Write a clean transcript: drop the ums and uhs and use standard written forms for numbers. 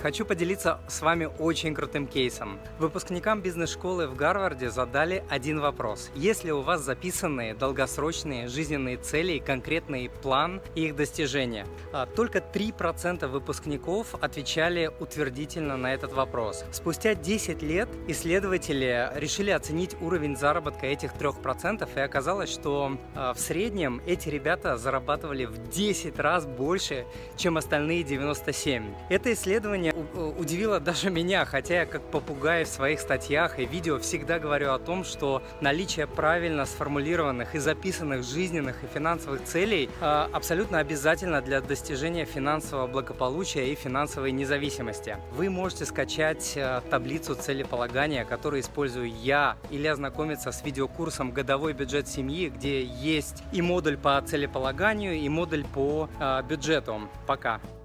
Хочу поделиться с вами очень крутым кейсом. Выпускникам бизнес-школы в Гарварде задали один вопрос. Есть ли у вас записанные долгосрочные жизненные цели и конкретный план их достижения? Только 3% выпускников отвечали утвердительно на этот вопрос. Спустя 10 лет исследователи решили оценить уровень заработка этих 3%, и оказалось, что в среднем эти ребята зарабатывали в 10 раз больше, чем остальные 97. Это исследование удивило даже меня, хотя я как попугай в своих статьях и видео всегда говорю о том, что наличие правильно сформулированных и записанных жизненных и финансовых целей абсолютно обязательно для достижения финансового благополучия и финансовой независимости. Вы можете скачать таблицу целеполагания, которую использую я, или ознакомиться с видеокурсом «Годовой бюджет семьи», где есть и модуль по целеполаганию, и модуль по бюджету. Пока!